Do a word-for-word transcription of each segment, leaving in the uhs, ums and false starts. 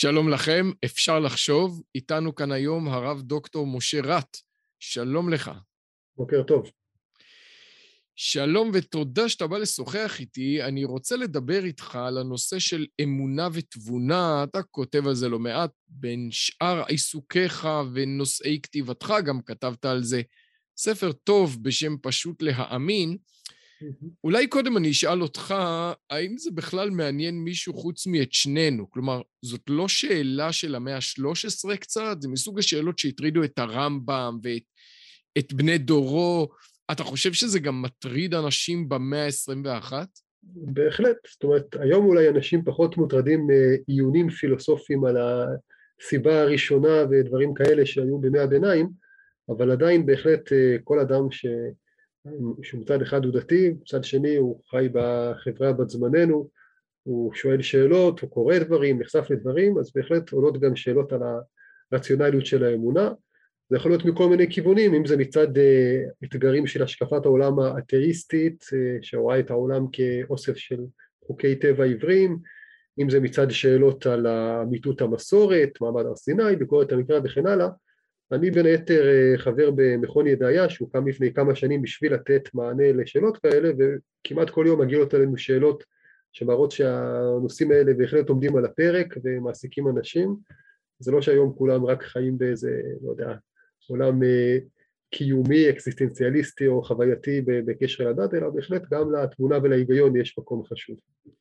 שלום לכם, אפשר לחשוב, איתנו כאן היום הרב דוקטור משה רט. שלום לך. בוקר טוב. שלום ותודה שאתה בא לשוחח איתי. אני רוצה לדבר איתך על הנושא של אמונה ותבונה. אתה כותב על זה לא מעט, בין שאר עיסוקיך ונושאי כתיבתך, גם כתבת על זה ספר טוב בשם פשוט להאמין. אולי קודם אני אשאל אותך, האם זה בכלל מעניין מישהו חוץ מאת שנינו? כלומר, זאת לא שאלה של המאה ה-שלוש עשרה קצת? זה מסוג השאלות שהטרידו את הרמב"ם ואת את בני דורו. אתה חושב שזה גם מטריד אנשים במאה ה-עשרים ואחת? בהחלט. זאת אומרת, היום אולי אנשים פחות מוטרדים מעיונים פילוסופיים על הסיבה הראשונה ודברים כאלה שהיו בימי הביניים, אבל עדיין בהחלט כל אדם ש... שמצד אחד הוא דתי, מצד שני הוא חי בחברה בת זמננו, הוא שואל שאלות, הוא קורא דברים, נחשף לדברים, אז בהחלט עולות גם שאלות על הרציונליות של האמונה. זה יכול להיות מכל מיני כיוונים, אם זה מצד uh, אתגרים של השקפת העולם האתאיסטית, uh, שרואה את העולם כאוסף של חוקי טבע עבריים, אם זה מצד שאלות על אמיתות המסורת, מעמד הר סיני, ביקורת המקרא וכן הלאה. אני בין היתר uh, חבר במכון ידעיה, שהוא קם לפני כמה שנים בשביל לתת מענה לשאלות כאלה, וכמעט כל יום מגיעות אלינו שאלות שמראות שהנושאים האלה בהחלט עומדים על הפרק ומעסיקים אנשים. זה לא שהיום כולם רק חיים באיזה, לא יודע, עולם קיומי, אקזיסטנציאליסטי או חווייתי בקשר לדת, אלא בהחלט גם לתמונה ולהיגיון יש מקום חשוב.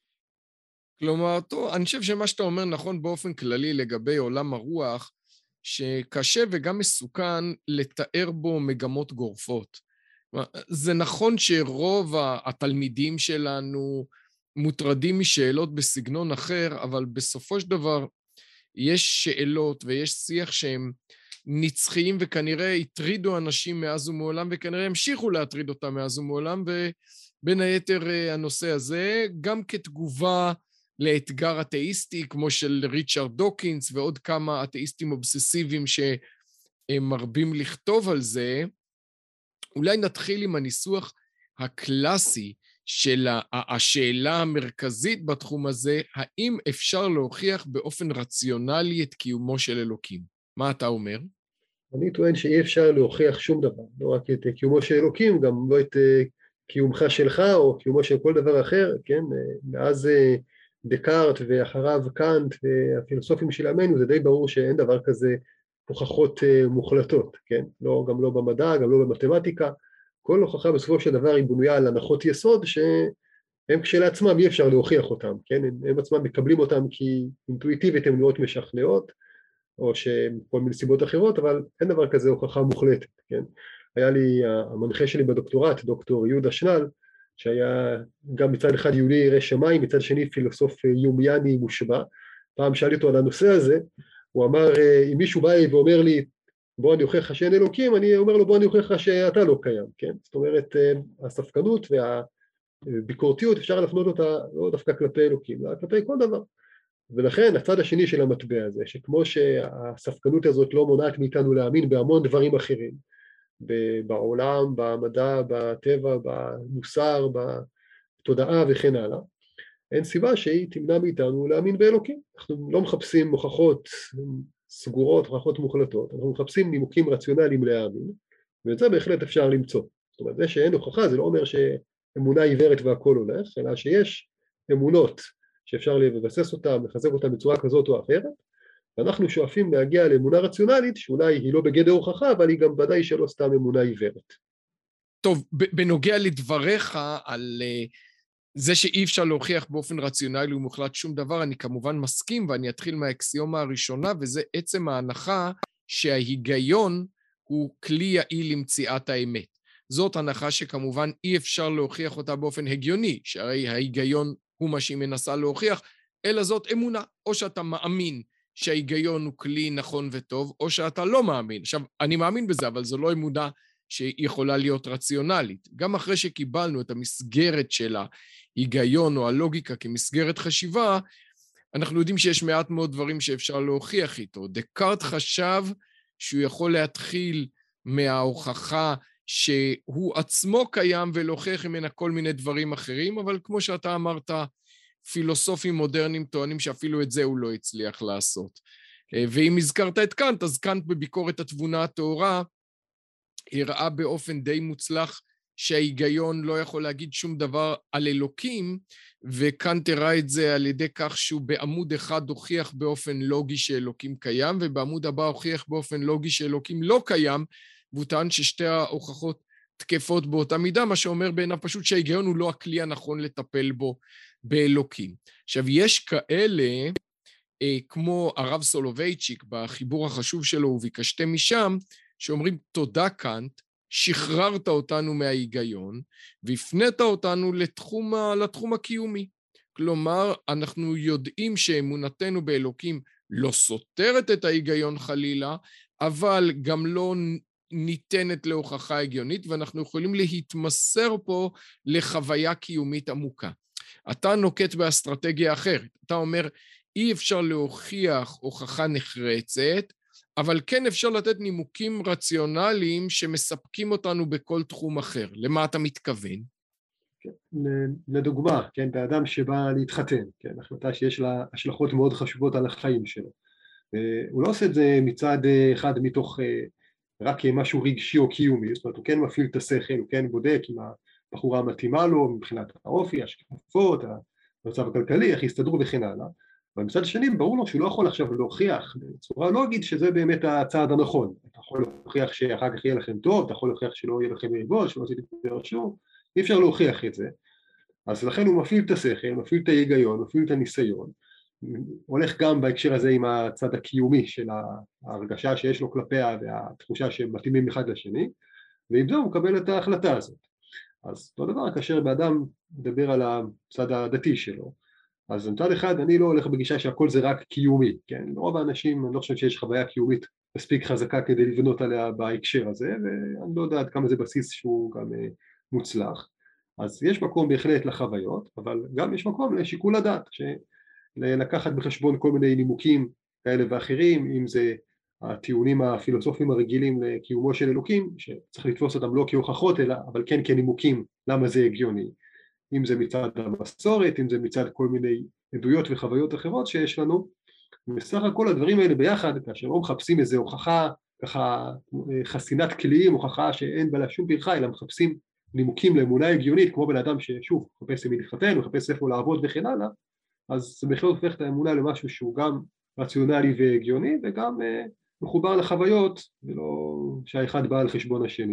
כלומר, טוב, אני חושב שמה שאתה אומר נכון באופן כללי לגבי עולם הרוח, שקשה וגם מסוכן לתאר בו מגמות גורפות. זה נכון שרוב התלמידים שלנו מוטרדים משאלות בסגנון אחר, אבל בסופו של דבר יש שאלות ויש שיח שהם נצחיים וכנראה הטרידו אנשים מאז ומעולם וכנראה המשיכו להטריד אותם מאז ומעולם, ובין היתר הנושא הזה גם כתגובה לאתגר אתאיסטי כמו של ריצ'רד דוקינס ועוד כמה אתאיסטים אובססיביים שמרבים לכתוב על זה. אולי נתחיל עם הניסוח הקלאסי של השאלה המרכזית בתחום הזה, האם אפשר להוכיח באופן רציונלי את קיומו של אלוקים? מה אתה אומר? אני טוען שאי אפשר להוכיח שום דבר, לא רק את קיומו של אלוקים, גם לא את קיומך שלך או קיומו של כל דבר אחר, כן? מאז דקארט ואחריו קאנט והפילוסופים של עמנו, זה די ברור שאין דבר כזה הוכחות מוחלטות, כן? לא, גם לא במדע, גם לא במתמטיקה. כל הוכחה בסופו של דבר היא בנויה על הנחות יסוד שהם כשלעצמם אי אפשר להוכיח אותם, כן? הם, הם עצמם מקבלים אותם כי אינטואיטיבית הן נראות משכנעות, או שכל מיני סיבות אחרות, אבל אין דבר כזה הוכחה מוחלטת, כן? היה לי, המנחה שלי בדוקטורט, דוקטור יהודה שנל, שהיה גם מצד אחד יהודי ירא שמיים, מצד שני פילוסוף יומיאני מושבע. פעם שאלתי אותו על הנושא הזה, הוא אמר, אם מישהו בא ואומר לי, בוא אני אוכיח לך שאין אלוקים, אני אומר לו בוא אני אוכיח לך שאתה לא קיים, כן? זאת אומרת, הספקנות והביקורתיות אפשר להפנות אותה לא דווקא כלפי אלוקים, אלא כלפי כל דבר. ולכן הצד השני של המטבע הזה, שכמו שהספקנות הזאת לא מונעת מאיתנו להאמין בהמון דברים אחרים, בעולם, במדע, בטבע, במוסר, בתודעה וכן הלאה, אין סיבה שהיא תמנע מאיתנו להאמין באלוקים. אנחנו לא מחפשים הוכחות סגורות, הוכחות מוחלטות, אנחנו מחפשים נימוקים רציונליים להאמין, ואת זה בהחלט אפשר למצוא. זאת אומרת, זה שאין הוכחה זה לא אומר שאמונה עיוורת והכל הולך, אלא שיש אמונות שאפשר לבסס אותם, לחזק אותם בצורה כזאת או אחרת, ואנחנו שואפים להגיע לאמונה רציונלית, שאולי היא לא בגדר הוכחה, אבל היא גם ודאי שלא סתם אמונה עיוורת. טוב, בנוגע לדבריך על זה שאי אפשר להוכיח באופן רציונלי ומוחלט שום דבר, אני כמובן מסכים, ואני אתחיל מהאקסיומה הראשונה, וזה עצם ההנחה שההיגיון הוא כלי יעיל למציאת האמת. זאת הנחה שכמובן אי אפשר להוכיח אותה באופן הגיוני, שהרי ההיגיון הוא מה שהיא מנסה להוכיח, אלא זאת אמונה, או שאתה מאמין שההיגיון הוא כלי נכון וטוב, או שאתה לא מאמין. עכשיו, אני מאמין בזה, אבל זו לא אמונה שהיא יכולה להיות רציונלית. גם אחרי שקיבלנו את המסגרת של ההיגיון או הלוגיקה כמסגרת חשיבה, אנחנו יודעים שיש מעט מאוד דברים שאפשר להוכיח איתו. דקארט חשב שהוא יכול להתחיל מההוכחה שהוא עצמו קיים ולהוכיח ממנה כל מיני דברים אחרים, אבל כמו שאתה אמרת, פילוסופים מודרניים טוענים שאפילו את זה הוא לא הצליח לעשות. ואם הזכרת את קאנט, אז קאנט בביקורת התבונה הטהורה, הראה באופן די מוצלח שההיגיון לא יכול להגיד שום דבר על אלוקים, וקאנט הראה את זה על ידי כך שהוא בעמוד אחד הוכיח באופן לוגי שאלוקים קיים, ובעמוד הבא הוכיח באופן לוגי שאלוקים לא קיים, והוא טען ששתי ההוכחות תקפות באותה מידה, מה שאומר בעיניו פשוט שההיגיון הוא לא הכלי הנכון לטפל בו באלוקים. עכשיו, יש כאלה, אה, כמו הרב סולובייצ'יק, בחיבור החשוב שלו, וביקשתם משם, שאומרים, תודה קאנט, שחררת אותנו מההיגיון, והפנית אותנו לתחום, לתחום הקיומי. כלומר, אנחנו יודעים שאמונתנו באלוקים לא סותרת את ההיגיון חלילה, אבל גם לא ניתנת להוכחה הגיונית, ואנחנו יכולים להתמסר פה לחוויה קיומית עמוקה. אתה נוקט באסטרטגיה אחרת. אתה אומר, אי אפשר להוכיח הוכחה נחרצת, אבל כן אפשר לתת נימוקים רציונליים שמספקים אותנו בכל תחום אחר. למה אתה מתכוון? לדוגמה, כן, באדם שבא להתחתן, כן, החלטה שיש לה השלכות מאוד חשובות על החיים שלו. הוא לא עושה את זה מצד אחד מתוך רק משהו רגשי או קיומי, זאת אומרת, הוא כן מפעיל את השכל, הוא כן בודק אם הבחורה מתאימה לו מבחינת האופי, השקפות, המצב הכלכלי, איך יסתדרו וכן הלאה. אבל מצד שני, ברור לו שהוא לא יכול עכשיו להוכיח בצורה לוגית שזה באמת הצעד הנכון. אתה יכול להוכיח שאחר כך יהיה לכם טוב, אתה יכול להוכיח שלא יהיה לכם מריבות, שלא תתגרשו, אי אפשר להוכיח את זה. אז לכן הוא מפעיל את השכל, מפעיל את ההיגיון, מפעיל את הניסיון, הולך גם בהקשר הזה עם הצד הקיומי של ההרגשה שיש לו כלפיה והתחושה שהם מתאימים אחד לשני, ועם זה הוא מקבל את ההחלטה הזאת. אז אותו דבר, כאשר באדם מדבר על הצד הדתי שלו, אז מצד אחד אני לא הולך בגישה שהכל זה רק קיומי, כן? רוב האנשים, אני לא חושב שיש חוויה קיומית מספיק חזקה כדי לבנות עליה בהקשר הזה, ואני לא יודע עד כמה זה בסיס שהוא גם מוצלח. אז יש מקום בהחלט לחוויות, אבל גם יש מקום לשיקול הדעת, לקחת בחשבון כל מיני נימוקים כאלה ואחרים, אם זה הטיעונים הפילוסופיים הרגילים לקיומו של אלוקים, שצריך לתפוס אותם לא כהוכחות, אלא, אבל כן כנימוקים למה זה הגיוני. אם זה מצד המסורת, אם זה מצד כל מיני עדויות וחוויות אחרות שיש לנו, בסך הכל הדברים האלה ביחד, כאשר לא מחפשים איזו הוכחה, ככה חסינת כליים, הוכחה שאין בה שום פרחה, אלא מחפשים נימוקים לאמונה הגיונית, כמו בן אדם ששוב, מחפש למי להתחתן, מחפש איפה לעבוד וכן הלאה, אז זה בכלל הופך את האמונה למשהו שהוא גם רציונלי והגיוני, וגם אה, מחובר לחוויות, ולא שהאחד בא על חשבון השני.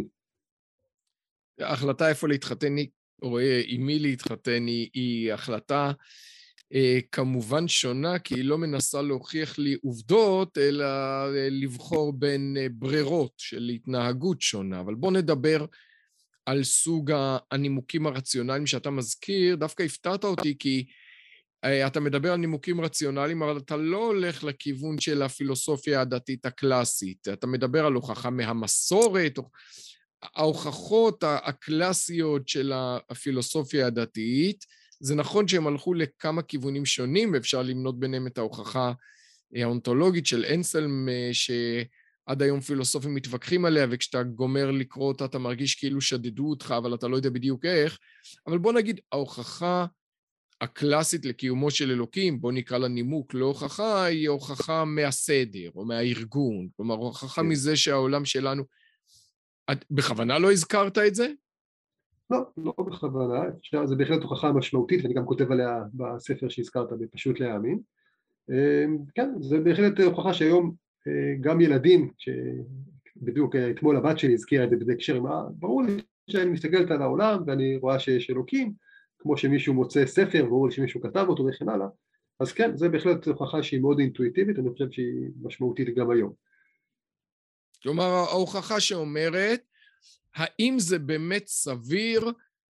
ההחלטה איפה להתחתן או עם מי להתחתן היא, היא החלטה אה, כמובן שונה, כי היא לא מנסה להוכיח לי עובדות, אלא אה, לבחור בין אה, ברירות של התנהגות שונה. אבל בוא נדבר על סוג הנימוקים הרציונליים שאתה מזכיר. דווקא הפתעת אותי, כי אה, אתה מדבר על נימוקים רציונליים, אבל אתה לא הולך לכיוון של הפילוסופיה הדתית הקלאסית. אתה מדבר על הוכחה מהמסורת, או... ההוכחות הקלאסיות של הפילוסופיה הדתית, זה נכון שהם הלכו לכמה כיוונים שונים, ואפשר למנות ביניהם את ההוכחה האונתולוגית של אנסלם, שעד היום פילוסופים מתווכחים עליה, וכשאתה גומר לקרוא אותה אתה מרגיש כאילו שדדו אותך, אבל אתה לא יודע בדיוק איך. אבל בוא נגיד, ההוכחה הקלאסית לקיומו של אלוקים, בוא נקרא לה נימוק, לא הוכחה, היא הוכחה מהסדר או מהארגון, כלומר, הוכחה מזה שהעולם שלנו, את בכוונה לא הזכרת את זה? לא, לא בכוונה, זה בהחלט הוכחה משמעותית, ואני גם כותב עליה בספר שהזכרת בפשוט להאמין. כן, זה בהחלט הוכחה שהיום גם ילדים, שבדיוק אתמול הבת שלי הזכירה את זה בהקשר, ברור לי שאני מסתכלת על העולם ואני רואה שיש אלוקים, כמו שמישהו מוצא ספר וברור לי שמישהו כתב אותו וכן הלאה, אז כן, זה בהחלט הוכחה שהיא מאוד אינטואיטיבית, אני חושב שהיא משמעותית גם היום. כלומר, ההוכחה שאומרת, האם זה באמת סביר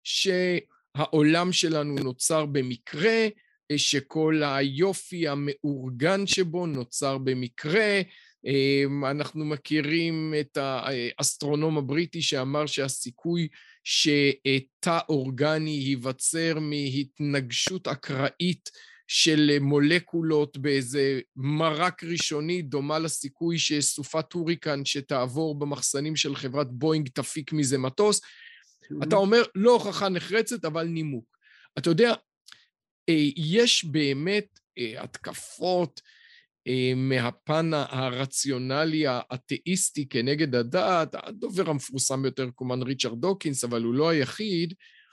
שהעולם שלנו נוצר במקרה, שכל היופי המאורגן שבו נוצר במקרה, אנחנו מכירים את האסטרונום הבריטי שאמר שהסיכוי שתא אורגני ייווצר מהתנגשות אקראית של מולקולות באיזה מרק ראשוני, דומה לסיכוי שסופת הוריקן שתעבור במחסנים של חברת בוינג תפיק מזה מטוס. אתה אומר, לא הוכחה נחרצת, אבל נימוק. אתה יודע, יש באמת התקפות מהפן הרציונלי האתאיסטי כנגד הדת, הדובר המפורסם ביותר כמובן ריצ'רד דוקינס, אבל הוא לא היחיד,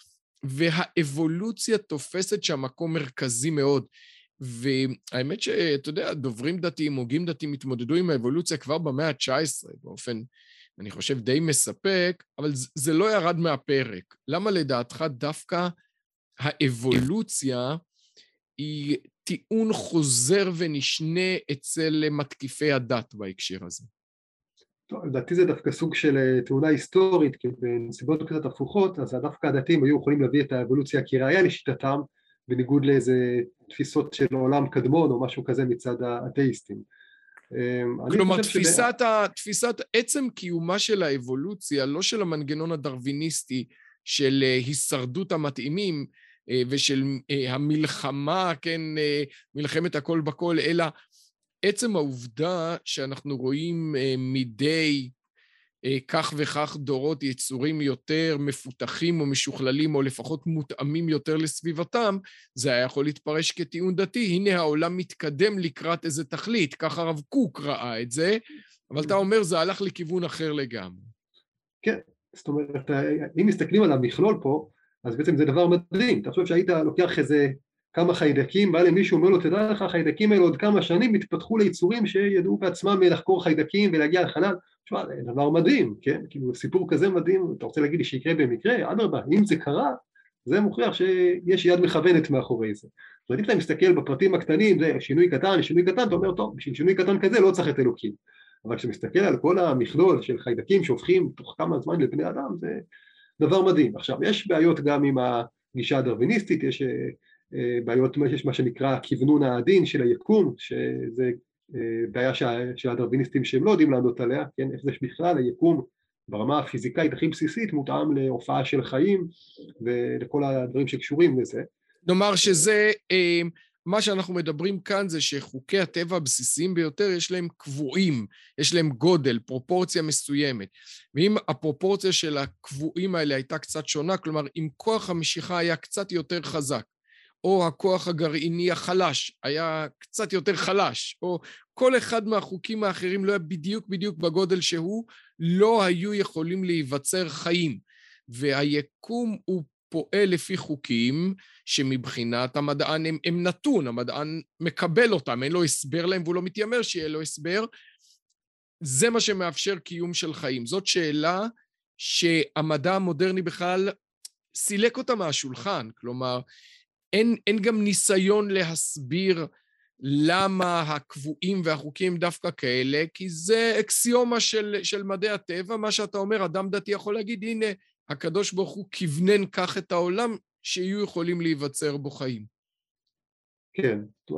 והאבולוציה תופסת שם מקום מרכזי מאוד. והאמת שאתה יודע, דוברים דתיים, הוגים דתיים התמודדו עם האבולוציה כבר במאה ה-תשע עשרה, באופן, אני חושב, די מספק, אבל זה לא ירד מהפרק. למה לדעתך דווקא האבולוציה היא טיעון חוזר ונשנה אצל מתקיפי הדת בהקשר הזה? טוב, לדעתי זה דווקא סוג של תאונה היסטורית, כי בנסיבות קצת הפוכות, אז דווקא הדתיים היו יכולים להביא את האבולוציה כראיה לשיטתם, בניגוד לאיזה תפיסות של עולם קדמון או משהו כזה מצד האתאיסטים. כלומר, תפיסת, ה... תפיסת עצם קיומה של האבולוציה, לא של המנגנון הדרוויניסטי של הישרדות המתאימים ושל המלחמה, כן, מלחמת הכל בכל, אלא עצם העובדה שאנחנו רואים מדי כך וכך דורות יצורים יותר מפותחים או משוכללים, או לפחות מותאמים יותר לסביבתם, זה היה יכול להתפרש כטיעון דתי. הנה העולם מתקדם לקראת איזה תכלית, כך הרב קוק ראה את זה, אבל אתה אומר זה הלך לכיוון אחר לגמרי. כן, זאת אומרת, אם מסתכלים על המכלול פה, אז בעצם זה דבר מדהים. אתה חושב שהיית לוקח איזה כמה חיידקים, בא למישהו אומר לו, תדע לך, החיידקים האלה עוד כמה שנים התפתחו ליצורים שידעו בעצמם לחקור חיידקים ולהגיע לחלל. תשמע, זה דבר מדהים, כן? כאילו, סיפור כזה מדהים, אתה רוצה להגיד לי שיקרה במקרה? אדרבה, אם זה קרה, זה מוכיח שיש יד מכוונת מאחורי זה. זאת אומרת, אם אתה מסתכל בפרטים הקטנים, זה שינוי קטן, שינוי קטן, אתה אומר, טוב, בשביל שינוי קטן כזה לא צריך את אלוקים. אבל כשמסתכל על כל המכלול של חיידקים שהופכים תוך כמה זמן לבני אדם, זה דבר מדהים. עכשיו, יש בעיות גם עם הגישה הדרוויניסטית, יש בעיות, יש מה שנקרא כיוונון העדין של היקום, שזה בעיה שהדרוויניסטים שהם לא יודעים לענות עליה, כן, איך זה בכלל היקום ברמה הפיזיקאית הכי בסיסית מותאם להופעה של חיים ולכל הדברים שקשורים לזה. נאמר שזה, מה שאנחנו מדברים כאן זה שחוקי הטבע הבסיסיים ביותר יש להם קבועים, יש להם גודל, פרופורציה מסוימת, ואם הפרופורציה של הקבועים האלה הייתה קצת שונה, כלומר אם כוח המשיכה היה קצת יותר חזק, או הכוח הגרעיני החלש היה קצת יותר חלש, או כל אחד מהחוקים האחרים לא היה בדיוק בדיוק בגודל שהוא, לא היו יכולים להיווצר חיים. והיקום הוא פועל לפי חוקים שמבחינת המדען הם, הם נתון, המדען מקבל אותם, אין לו הסבר להם והוא לא מתיימר שיהיה לו הסבר. זה מה שמאפשר קיום של חיים. זאת שאלה שהמדע המודרני בכלל סילק אותה מהשולחן, כלומר, אין, אין גם ניסיון להסביר למה הקבועים והחוקים דווקא כאלה, כי זה אקסיומה של, של מדעי הטבע, מה שאתה אומר, אדם דתי יכול להגיד, הנה, הקדוש ברוך הוא כיוונן כך את העולם, שיהיו יכולים להיווצר בו חיים. כן,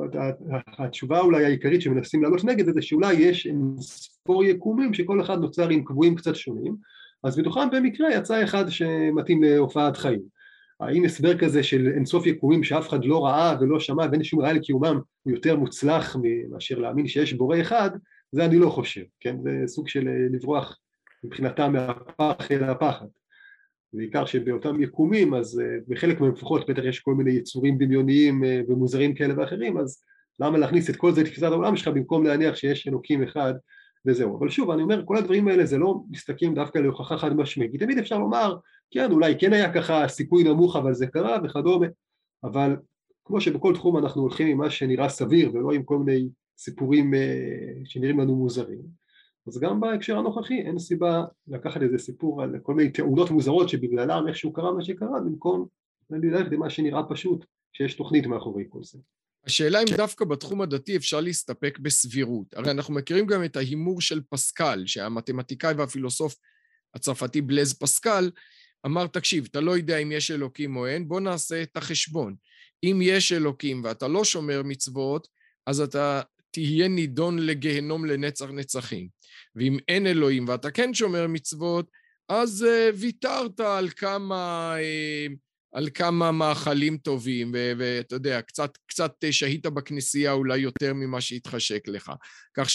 התשובה אולי העיקרית שמנסים לעלות נגד זה, שאולי יש ספור יקומים שכל אחד נוצר עם קבועים קצת שונים, אז בתוכם במקרה יצא אחד שמתאים להופעת חיים. האם הסבר כזה של אינסוף יקומים שאף אחד לא ראה ולא שמע ואין שום ראיה לקיומם הוא יותר מוצלח מאשר להאמין שיש בורא אחד, זה אני לא חושב, כן? זה סוג של לברוח מבחינתם מהפח אל הפחד. בעיקר שבאותם יקומים, אז בחלק מהם לפחות בטח יש כל מיני יצורים דמיוניים ומוזרים כאלה ואחרים, אז למה להכניס את כל זה לתפיסת העולם שלך במקום להניח שיש אלוקים אחד וזהו. אבל שוב, אני אומר, כל הדברים האלה זה לא מסתכם דווקא להוכחה חד משמעית, כי תמיד אפשר לומר, כן, אולי כן היה ככה סיכוי נמוך, אבל זה קרה וכדומה, אבל כמו שבכל תחום אנחנו הולכים עם מה שנראה סביר, ולא עם כל מיני סיפורים שנראים לנו מוזרים, אז גם בהקשר הנוכחי אין סיבה לקחת איזה סיפור על כל מיני תאונות מוזרות שבגללם איכשהו קרה מה שקרה, במקום ללכת למה שנראה פשוט, שיש תוכנית מאחורי כל זה. השאלה אם דווקא בתחום הדתי אפשר להסתפק בסבירות. הרי אנחנו מכירים גם את ההימור של פסקל, שהמתמטיקאי והפילוסוף הצרפתי בלז פסקל, אמר, תקשיב, אתה לא יודע אם יש אלוקים או אין, בוא נעשה את החשבון. אם יש אלוקים ואתה לא שומר מצוות, אז אתה תהיה נידון לגהנום לנצח נצחים. ואם אין אלוהים ואתה כן שומר מצוות, אז uh, ויתרת על כמה, uh, על כמה מאכלים טובים, ואתה יודע, קצת, קצת שהית בכנסייה אולי יותר ממה שהתחשק לך. כך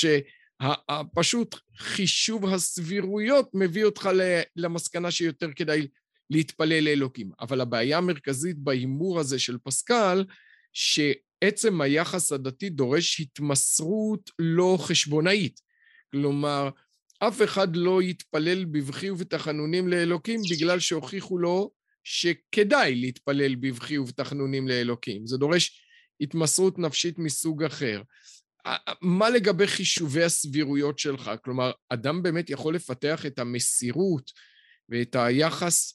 שפשוט חישוב הסבירויות מביא אותך למסקנה שיותר כדאי להתפלל לאלוקים. אבל הבעיה המרכזית בהימור הזה של פסקל, שעצם היחס הדתי דורש התמסרות לא חשבונאית. כלומר, אף אחד לא יתפלל בבכי ובתחנונים לאלוקים בגלל שהוכיחו לו שכדאי להתפלל בבכי ובתחנונים לאלוקים. זה דורש התמסרות נפשית מסוג אחר. מה לגבי חישובי הסבירויות שלך? כלומר, אדם באמת יכול לפתח את המסירות ואת היחס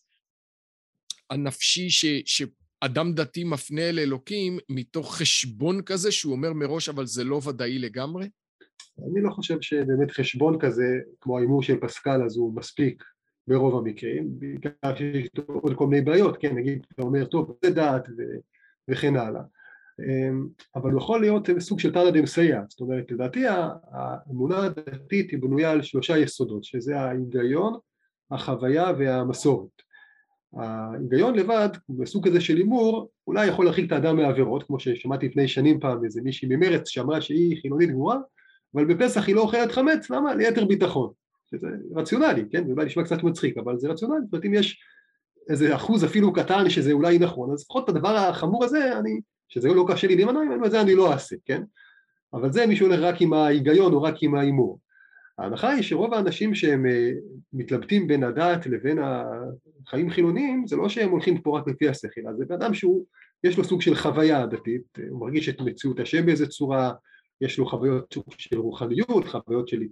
הנפשי ש, שאדם דתי מפנה אל אלוקים מתוך חשבון כזה שהוא אומר מראש, אבל זה לא ודאי לגמרי? אני לא חושב שבאמת חשבון כזה, כמו האימור של פסקל, אז הוא מספיק ברוב המקרים, בעיקר שיש עוד כל מיני בעיות, כן, נגיד, אתה אומר, טוב, זה דעת ו... וכן הלאה. אבל הוא יכול להיות סוג של תנא דמסייע, זאת אומרת, לדעתי, האמונה הדתית היא בנויה על שלושה יסודות, שזה ההיגיון, החוויה והמסורת. ההיגיון לבד, בסוג כזה של הימור, אולי יכול להרחיק את האדם מעבירות, כמו ששמעתי לפני שנים פעם, איזה מישהי ממרץ שאמרה שהיא חילונית גמורה, אבל בפסח היא לא אוכלת חמץ, למה? ליתר ביטחון. שזה רציונלי, כן? זה אולי נשמע קצת מצחיק, אבל זה רציונלי. זאת אומרת, אם יש איזה אחוז אפילו קטן שזה אולי נכון, אז לפחות את הדבר החמור הזה, אני, שזה לא קשה לי להימנע, את זה אני לא אעשה, כן? אבל זה מישהו הולך רק עם ההיגיון או רק עם ההימור. ההנחה היא שרוב האנשים שהם מתלבטים בין הדת לבין החיים חילוניים, זה לא שהם הולכים פה רק לפי השכל, אז זה באדם שהוא, יש לו סוג של חוויה דתית, הוא מרגיש את מציאות השם באיזה צורה, יש לו חוויות של רוחניות, חוויות של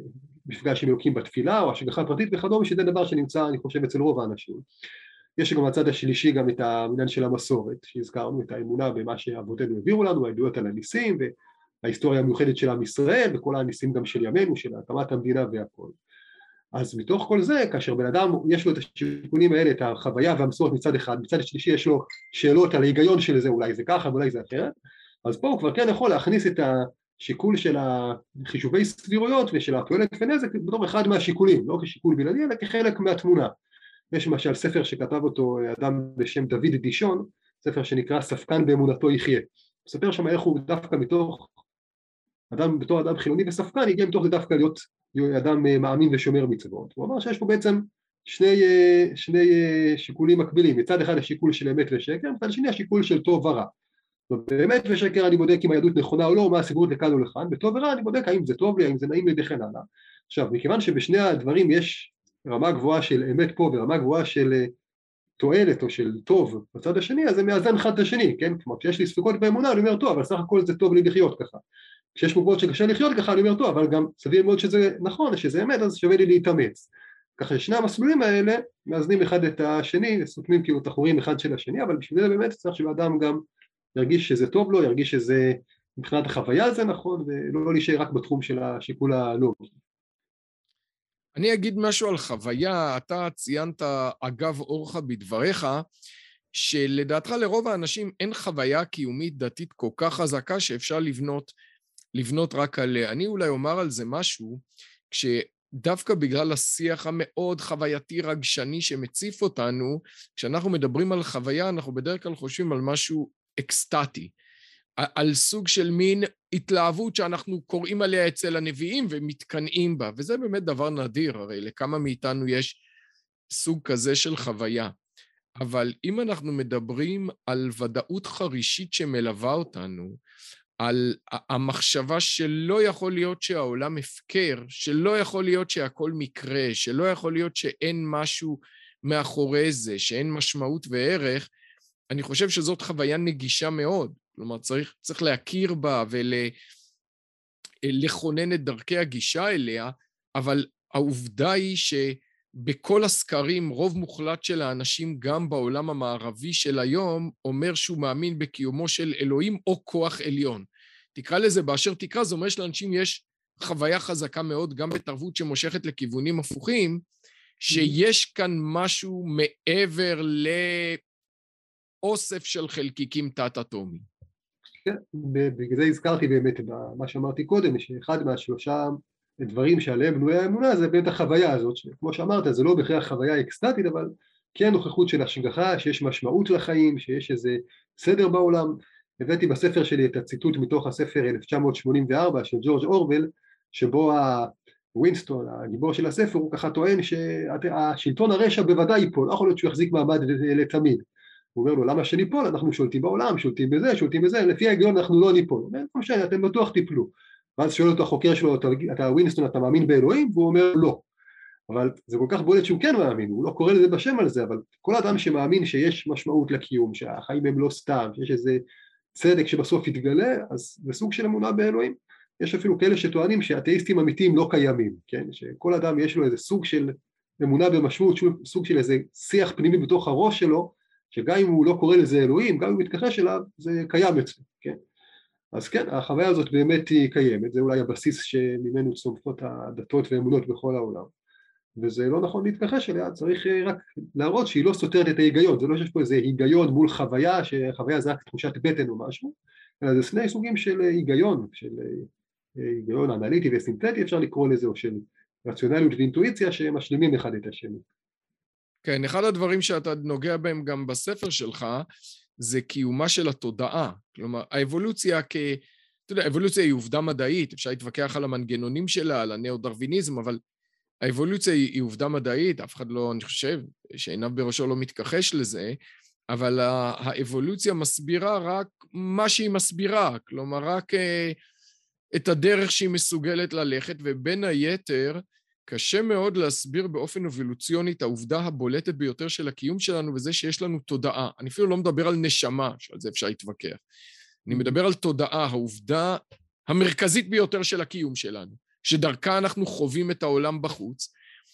מפגש עם אלוקים בתפילה או השגחה פרטית וכדומה, שזה דבר שנמצא, אני חושב, אצל רוב האנשים. יש גם בצד השלישי גם את העניין של המסורת, שהזכרנו את האמונה במה שאבותינו העבירו לנו, העדויות על הניסים וההיסטוריה המיוחדת של עם ישראל, וכל הניסים גם של ימינו, של הקמת המדינה והכל. אז מתוך כל זה, כאשר בן אדם יש לו את השיקולים האלה, את החוויה והמסורת מצד אחד, מצד השלישי יש לו שאלות על ההיגיון של זה, אולי זה ככה ואולי זה אחרת, אז פה הוא כבר כן יכול להכניס את השיקול של החישובי סבירויות ושל התועלת ונזק בתור אחד מהשיקולים, לא כשיקול בלעדי, אלא כחלק מהתמונה. יש למשל ספר שכתב אותו אדם בשם דוד דישון, ספר שנקרא ספקן באמונתו יחיה. הוא מספר שם איך הוא דווקא מתוך, אדם, בתור אדם חילוני וספקן, הגיע מתוך זה דווקא להיות אדם מאמין ושומר מצוות. הוא אמר שיש פה בעצם שני, שני שיקולים מקבילים, מצד אחד השיקול של אמת ושקר, מצד שני השיקול של טוב ורע. באמת ושקר אני בודק אם היהדות נכונה או לא, מה הסבירות לכאן או לכאן, בטוב ורע אני בודק האם זה טוב לי, האם זה נעים לי וכן הלאה. עכשיו, מכיוון שבשני הדברים יש רמה גבוהה של אמת פה ורמה גבוהה של תועלת או של טוב בצד השני, אז זה מאזן אחד את השני, כן? כלומר, כשיש לי ספקות באמונה, אני אומר טוב, אבל סך הכל זה טוב לי לחיות ככה. כשיש מובאות שקשה לחיות ככה, אני אומר טוב, אבל גם סביר מאוד שזה נכון, שזה אמת, אז שווה לי להתאמץ. ככה ששני המסלולים האלה מאזנים אחד את השני, סותמים כאילו תחורים אחד של השני, אבל בשביל זה באמת צריך שבאדם גם ירגיש שזה טוב לו, ירגיש שזה מבחינת החוויה זה נכון, ולא להישאר רק בתחום של השיקול הלוגי. אני אגיד משהו על חוויה, אתה ציינת אגב אורך בדבריך, שלדעתך לרוב האנשים אין חוויה קיומית דתית כל כך חזקה שאפשר לבנות, לבנות רק עליה. אני אולי אומר על זה משהו, כשדווקא בגלל השיח המאוד חווייתי רגשני שמציף אותנו, כשאנחנו מדברים על חוויה, אנחנו בדרך כלל חושבים על משהו אקסטטי, על סוג של מין התלהבות שאנחנו קוראים עליה אצל הנביאים ומתקנאים בה, וזה באמת דבר נדיר, הרי לכמה מאיתנו יש סוג כזה של חוויה. אבל אם אנחנו מדברים על ודאות חרישית שמלווה אותנו, על המחשבה שלא יכול להיות שהעולם הפקר, שלא יכול להיות שהכל מקרה, שלא יכול להיות שאין משהו מאחורי זה, שאין משמעות וערך, אני חושב שזאת חוויה נגישה מאוד. כלומר, צריך, צריך להכיר בה ולכונן את דרכי הגישה אליה, אבל העובדה היא שבכל הסקרים, רוב מוחלט של האנשים, גם בעולם המערבי של היום, אומר שהוא מאמין בקיומו של אלוהים או כוח עליון. תקרא לזה באשר תקרא, זה אומר שלאנשים יש חוויה חזקה מאוד, גם בתרבות שמושכת לכיוונים הפוכים, שיש כאן משהו מעבר לאוסף של חלקיקים תת-אטומיים. כן, בגלל זה הזכרתי באמת מה שאמרתי קודם, שאחד מהשלושה דברים שעליהם בנויה האמונה זה באמת החוויה הזאת, שכמו שאמרת זה לא בהכרח חוויה אקסטטית, אבל כן נוכחות של השגחה, שיש משמעות לחיים, שיש איזה סדר בעולם. הבאתי בספר שלי את הציטוט מתוך הספר אלף תשע מאות שמונים וארבע של ג'ורג' אורוול, שבו ווינסטון, הגיבור של הספר, הוא ככה טוען שהשלטון הרשע בוודאי ייפול, לא יכול להיות שהוא יחזיק מעמד לתמיד. הוא אומר לו, למה שניפול? אנחנו שולטים בעולם, שולטים בזה, שולטים בזה, לפי ההיגיון אנחנו לא ניפול. הוא אומר, לא משנה, אתם בטוח תיפלו. ואז שואל אותו החוקר שלו, אתה ווינסטון, אתה מאמין באלוהים? והוא אומר, לא. אבל זה כל כך בולט שהוא כן מאמין, הוא לא קורא לזה בשם על זה, אבל כל אדם שמאמין שיש משמעות לקיום, שהחיים הם לא סתם, שיש איזה צדק שבסוף יתגלה, אז זה סוג של אמונה באלוהים. יש אפילו כאלה שטוענים שאתאיסטים אמיתיים לא קיימים, כן? שכל אדם יש לו איזה סוג של אמונה במשמעות, סוג של איזה שיח פנימי בתוך הראש שלו, שגם אם הוא לא קורא לזה אלוהים, גם אם הוא מתכחש אליו, זה קיים אצלו, כן? אז כן, החוויה הזאת באמת היא קיימת, זה אולי הבסיס שממנו צומחות הדתות ואמונות בכל העולם. וזה לא נכון להתכחש אליה, צריך רק להראות שהיא לא סותרת את ההיגיון, זה לא שיש פה איזה היגיון מול חוויה, שחוויה זה רק תחושת בטן או משהו, אלא זה שני סוגים של היגיון, של היגיון אנליטי וסינתטי אפשר לקרוא לזה, או של רציונליות ואינטואיציה שמשלימים אחד את השני. כן, אחד הדברים שאתה נוגע בהם גם בספר שלך, זה קיומה של התודעה, כלומר האבולוציה כ... אתה יודע, האבולוציה היא עובדה מדעית, אפשר להתווכח על המנגנונים שלה, על הנאו-דרוויניזם, אבל האבולוציה היא עובדה מדעית, אף אחד לא, אני חושב, שעיניו בראשו לא מתכחש לזה, אבל האבולוציה מסבירה רק מה שהיא מסבירה, כלומר רק את הדרך שהיא מסוגלת ללכת, ובין היתר קשה מאוד להסביר באופן אבולוציוני את העובדה הבולטת ביותר של הקיום שלנו, וזה שיש לנו תודעה. אני אפילו לא מדבר על נשמה, שעל זה אפשר להתווכח. אני מדבר על תודעה, העובדה המרכזית ביותר של הקיום שלנו. שדרכה אנחנו חווים את העולם בחוץ,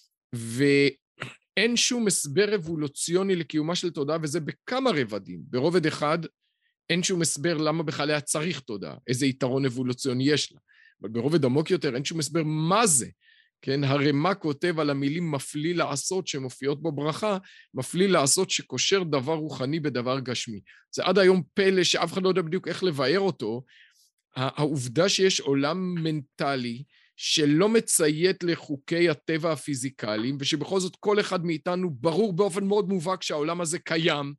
ואין שום הסבר אבולוציוני לקיומה של תודעה, וזה בכמה רבדים. ברובד אחד, אין שום הסבר למה בכלל היה צריך תודעה, איזה יתרון אבולוציוני יש לה. אבל ברובד עמוק יותר, אין שום הסבר מה זה. כן, הרמ"א כותב על המילים מפליא לעשות שמופיעות בו ברכה, מפליא לעשות שקושר דבר רוחני בדבר גשמי. זה עד היום פלא שאף אחד לא יודע בדיוק איך לבאר אותו, העובדה שיש עולם מנטלי, שלא מציית לחוקי הטבע הפיזיקליים, ושבכל זאת כל אחד מאיתנו ברור באופן מאוד מובהק שהעולם הזה קיים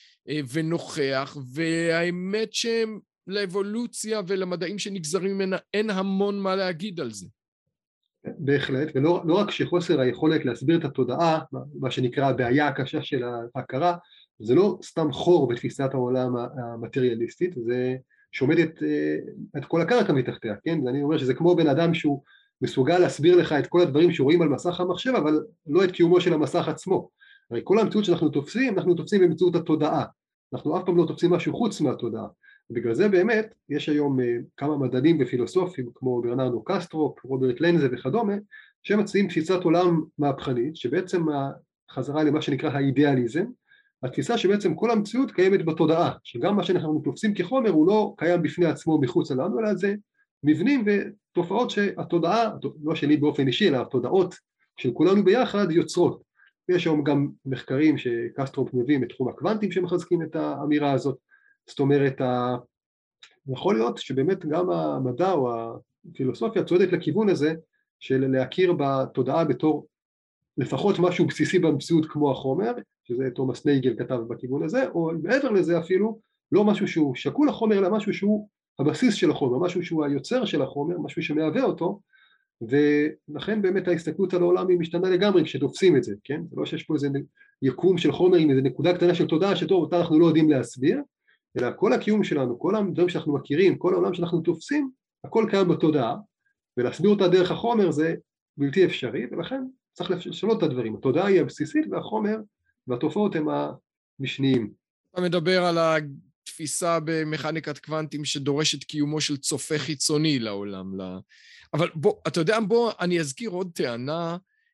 ונוכח, והאמת שלאבולוציה ולמדעים שנגזרים ממנה אין המון מה להגיד על זה. בהחלט, ולא לא רק שחוסר היכולת להסביר את התודעה, מה שנקרא הבעיה הקשה של ההכרה, זה לא סתם חור בתפיסת העולם המטריאליסטית, זה שעומדת את כל הקרקע מתחתיה, כן? ואני אומר שזה כמו בן אדם שהוא מסוגל להסביר לך את כל הדברים שרואים על מסך המחשב, אבל לא את קיומו של המסך עצמו. הרי כל המציאות שאנחנו תופסים, אנחנו תופסים במציאות התודעה. אנחנו אף פעם לא תופסים משהו חוץ מהתודעה. ובגלל זה באמת, יש היום כמה מדענים ופילוסופים, כמו ברנרדו קסטרו, רוברט לנזה וכדומה, שמציעים תפיסת עולם מהפכנית, שבעצם חזרה למה שנקרא האידיאליזם, התפיסה שבעצם כל המציאות קיימת בתודעה, שגם מה שאנחנו תופסים כחומר הוא לא קיים בפני עצמו מחוץ לנו, אלא זה מבנים ותופעות שהתודעה, לא שלי באופן אישי, אלא התודעות של כולנו ביחד יוצרות. ויש היום גם מחקרים שקסטרופ מביא מתחום הקוונטים שמחזקים את האמירה הזאת, זאת אומרת, יכול להיות שבאמת גם המדע או הפילוסופיה צועדת לכיוון הזה, של להכיר בתודעה בתור לפחות משהו בסיסי במציאות כמו החומר, שזה תומאס נייגל כתב בכיוון הזה, או מעבר לזה אפילו, לא משהו שהוא שקול החומר, אלא משהו שהוא הבסיס של החומר, משהו שהוא היוצר של החומר, משהו שמהווה אותו, ולכן באמת ההסתכלות על העולם היא משתנה לגמרי כשתופסים את זה, כן? זה לא שיש פה איזה יקום של חומר עם איזה נקודה קטנה של תודעה, שטוב, אותה אנחנו לא יודעים להסביר, אלא כל הקיום שלנו, כל הדברים שאנחנו מכירים, כל העולם שאנחנו תופסים, הכל קיים בתודעה, ולהסביר אותה דרך החומר זה בלתי אפשרי, ולכן צריך לשנות את הדברים. התודעה היא הבסיסית והחומר והתופעות הם המשניים. אתה מדבר על התפיסה במכניקת קוונטים שדורשת קיומו של צופה חיצוני לעולם. אבל בוא, אתה יודע, בוא אני אזכיר עוד טענה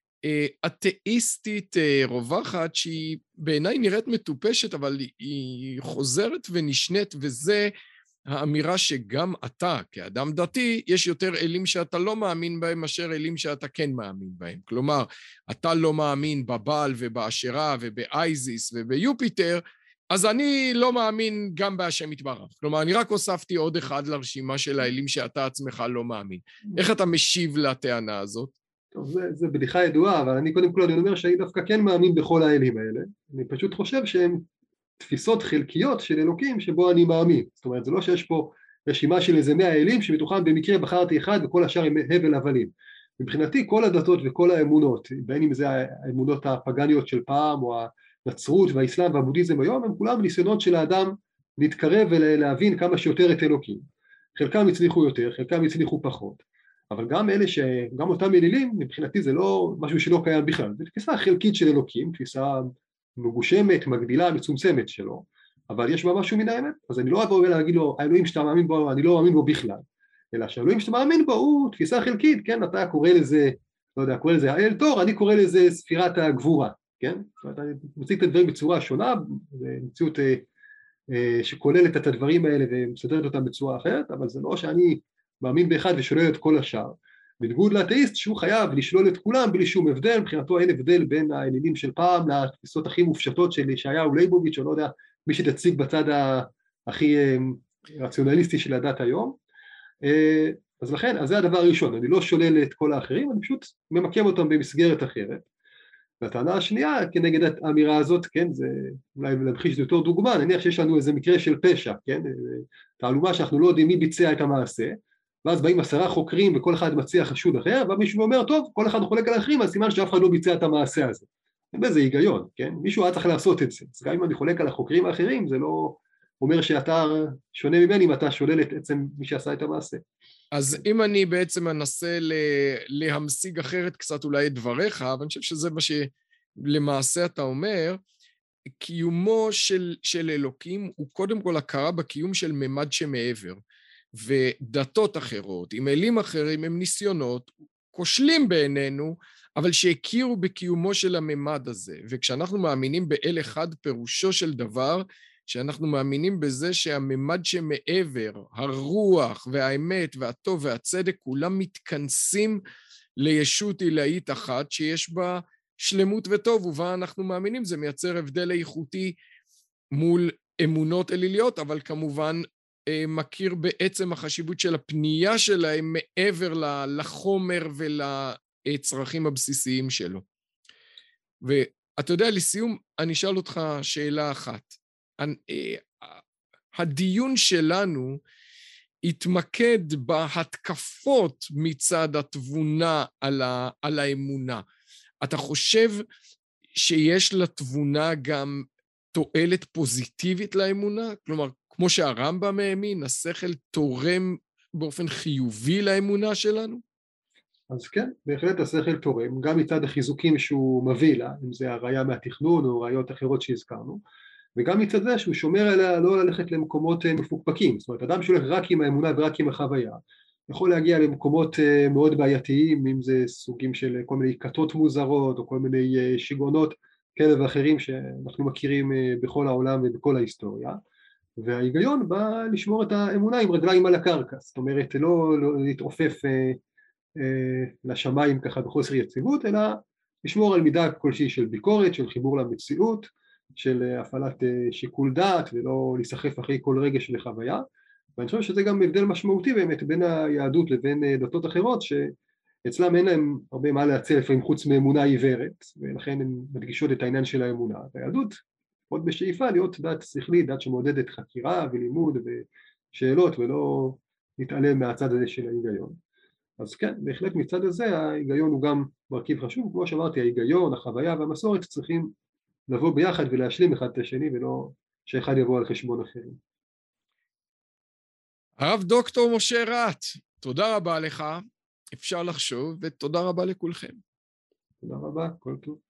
אתאיסטית רווחת שהיא בעיניי נראית מטופשת, אבל היא חוזרת ונשנית, וזה האמירה שגם אתה, כאדם דתי, יש יותר אלים שאתה לא מאמין בהם, מאשר אלים שאתה כן מאמין בהם. כלומר, אתה לא מאמין בבעל ובאשרה ובאייזיס וביופיטר, אז אני לא מאמין גם בהשם יתברך. כלומר, אני רק הוספתי עוד אחד לרשימה של האלים שאתה עצמך לא מאמין. איך אתה משיב לטענה הזאת? טוב, זה, זה בדיחה ידועה, אבל אני קודם כל אני אומר שאני דווקא כן מאמין בכל האלים האלה. אני פשוט חושב שהם תפיסות חלקיות של אלוקים שבו אני מאמין. זאת אומרת, זה לא שיש פה רשימה של איזה מאה אלים שמתוכם במקרה בחרתי אחד וכל השאר הם הבל הבלים. מבחינתי כל הדתות וכל האמונות, בין אם זה האמונות הפגניות של פעם או הנצרות והאסלאם והבודהיזם היום, הם כולם ניסיונות של האדם להתקרב ולהבין כמה שיותר את אלוקים. חלקם הצליחו יותר, חלקם הצליחו פחות, אבל גם אלה שגם אותם אלילים, מבחינתי זה לא משהו שלא קיים בכלל, זו תפיסה חלקית של אלוקים, תפיסה מגושמת, מגדילה, מצומצמת שלו, אבל יש בה משהו מן האמת, אז אני לא אבוא להגיד לו, האלוהים שאתה מאמין בו, אני לא מאמין בו בכלל, אלא שהאלוהים שאתה מאמין בו הוא תפיסה חלקית, כן, אתה קורא לזה, לא יודע, קורא לזה האל תור, אני קורא לזה ספירת הגבורה, כן, אתה מציג את הדברים בצורה שונה, זה מציאות שכוללת את הדברים האלה ומסדרת אותם בצורה אחרת, אבל זה לא שאני מאמין באחד ושולל את כל השאר. בניגוד לאתאיסט שהוא חייב לשלול את כולם בלי שום הבדל, מבחינתו אין הבדל בין האלילים של פעם לתפיסות הכי מופשטות של ישעיהו ליבוביץ', או לא יודע, מי שתציג בצד הכי רציונליסטי של הדת היום. אז לכן, אז זה הדבר הראשון, אני לא שולל את כל האחרים, אני פשוט ממקם אותם במסגרת אחרת. והטענה השנייה כנגד האמירה הזאת, כן, זה אולי להמחיש את יותר דוגמה, נניח שיש לנו איזה מקרה של פשע, כן, תעלומה שאנחנו לא יודעים מי ביצע את המעשה, ואז באים עשרה חוקרים וכל אחד מציע חשוד אחר, ומישהו אומר, טוב, כל אחד חולק על האחרים, אז סימן שאף אחד לא ביצע את המעשה הזה. אין בזה היגיון, כן, מישהו היה צריך לעשות את זה, אז גם אם אני חולק על החוקרים האחרים, זה לא אומר שאתה שונה ממני אם אתה שולל את עצם מי שעשה את המעשה. אז אם אני בעצם אנסה להמשיג אחרת קצת אולי את דבריך, אבל אני חושב שזה מה שלמעשה אתה אומר, קיומו של, של אלוקים הוא קודם כל הכרה בקיום של ממד שמעבר, ודתות אחרות, עם אלים אחרים, הם ניסיונות, כושלים בעינינו, אבל שהכירו בקיומו של הממד הזה, וכשאנחנו מאמינים באל אחד פירושו של דבר, שאנחנו מאמינים בזה שהממד שמעבר, הרוח והאמת והטוב והצדק, כולם מתכנסים לישות עילאית אחת שיש בה שלמות וטוב, ובה אנחנו מאמינים, זה מייצר הבדל איכותי מול אמונות אליליות, אבל כמובן מכיר בעצם החשיבות של הפנייה שלהם מעבר לחומר ולצרכים הבסיסיים שלו. ואתה יודע, לסיום, אני אשאל אותך שאלה אחת. הדיון שלנו התמקד בהתקפות מצד התבונה על, ה, על האמונה. אתה חושב שיש לתבונה גם תועלת פוזיטיבית לאמונה? כלומר, כמו שהרמב"ם האמין, השכל תורם באופן חיובי לאמונה שלנו? אז כן, בהחלט השכל תורם, גם מצד החיזוקים שהוא מביא לה, אם זה הראייה מהתכנון או ראיות אחרות שהזכרנו, וגם מצד זה שהוא שומר עליה לא ללכת למקומות מפוקפקים, זאת אומרת, אדם שהולך רק עם האמונה ורק עם החוויה, יכול להגיע למקומות מאוד בעייתיים, אם זה סוגים של כל מיני כתות מוזרות, או כל מיני שיגעונות כאלה ואחרים שאנחנו מכירים בכל העולם ובכל ההיסטוריה, וההיגיון בא לשמור את האמונה עם רגליים על הקרקע, זאת אומרת, לא, לא להתעופף אה, אה, לשמיים ככה בחוסר יציבות, אלא לשמור על מידה כלשהי של ביקורת, של חיבור למציאות, של הפעלת שיקול דעת ולא להיסחף אחרי כל רגש וחוויה, ואני חושב שזה גם הבדל משמעותי באמת בין היהדות לבין דתות אחרות, שאצלם אין להם הרבה מה להציע לפעמים חוץ מאמונה עיוורת, ולכן הן מדגישות את העניין של האמונה. היהדות עוד בשאיפה להיות דת שכלית, דת שמעודדת חקירה ולימוד ושאלות, ולא להתעלם מהצד הזה של ההיגיון. אז כן, בהחלט מצד הזה ההיגיון הוא גם מרכיב חשוב, כמו שאמרתי, ההיגיון, החוויה והמסורת צריכים לבוא ביחד ולהשלים אחד את השני, ולא שאחד יבוא על חשבון אחרים. הרב דוקטור משה רט, תודה רבה לך, אפשר לחשוב, ותודה רבה לכולכם. תודה רבה, כל טוב.